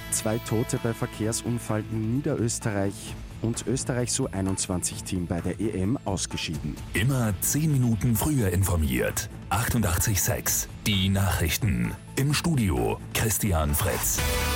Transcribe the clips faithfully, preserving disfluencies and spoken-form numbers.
Zwei Tote bei Verkehrsunfall in Niederösterreich und Österreichs U einundzwanzig Team bei der E M ausgeschieden. Immer zehn Minuten früher informiert. achtundachtzig Komma sechs. Die Nachrichten. Im Studio Christian Fritz.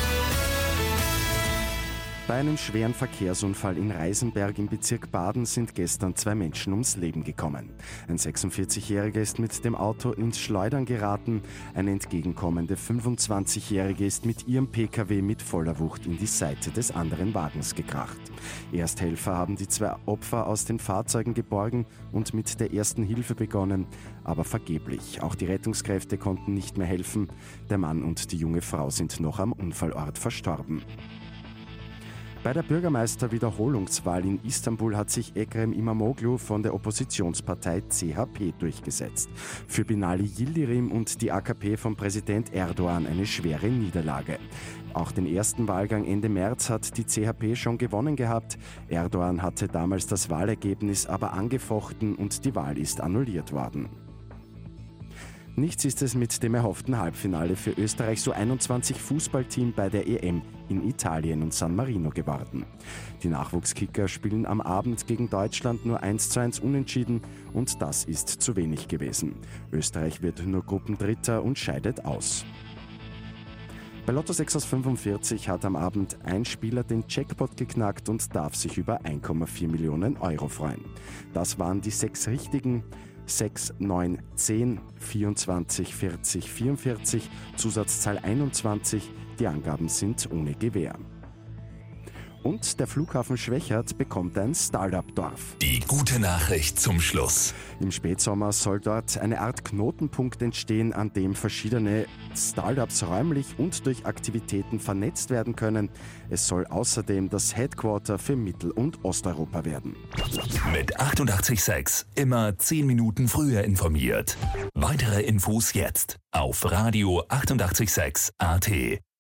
Bei einem schweren Verkehrsunfall in Reisenberg im Bezirk Baden sind gestern zwei Menschen ums Leben gekommen. Ein sechsundvierzigjähriger ist mit dem Auto ins Schleudern geraten. Eine entgegenkommende fünfundzwanzigjährige ist mit ihrem Pkw mit voller Wucht in die Seite des anderen Wagens gekracht. Ersthelfer haben die zwei Opfer aus den Fahrzeugen geborgen und mit der ersten Hilfe begonnen, aber vergeblich. Auch die Rettungskräfte konnten nicht mehr helfen. Der Mann und die junge Frau sind noch am Unfallort verstorben. Bei der Bürgermeisterwiederholungswahl in Istanbul hat sich Ekrem İmamoğlu von der Oppositionspartei C H P durchgesetzt. Für Binali Yildirim und die A K P von Präsident Erdogan eine schwere Niederlage. Auch den ersten Wahlgang Ende März hat die C H P schon gewonnen gehabt. Erdogan hatte damals das Wahlergebnis aber angefochten und die Wahl ist annulliert worden. Nichts ist es mit dem erhofften Halbfinale für Österreichs U einundzwanzig Fußballteam bei der E M in Italien und San Marino geworden. Die Nachwuchskicker spielen am Abend gegen Deutschland nur eins zu eins unentschieden und das ist zu wenig gewesen. Österreich wird nur Gruppendritter und scheidet aus. Bei Lotto sechs aus fünfundvierzig hat am Abend ein Spieler den Jackpot geknackt und darf sich über eins Komma vier Millionen Euro freuen. Das waren die sechs richtigen. sechs, neun, zehn, vierundzwanzig, vierzig, vierundvierzig, Zusatzzahl einundzwanzig, die Angaben sind ohne Gewähr. Und der Flughafen Schwechat bekommt ein Start-up-Dorf. Die gute Nachricht zum Schluss. Im Spätsommer soll dort eine Art Knotenpunkt entstehen, an dem verschiedene Start-ups räumlich und durch Aktivitäten vernetzt werden können. Es soll außerdem das Headquarter für Mittel- und Osteuropa werden. Mit achtundachtzig Komma sechs immer zehn Minuten früher informiert. Weitere Infos jetzt auf Radio achtundachtzig Komma sechs A T.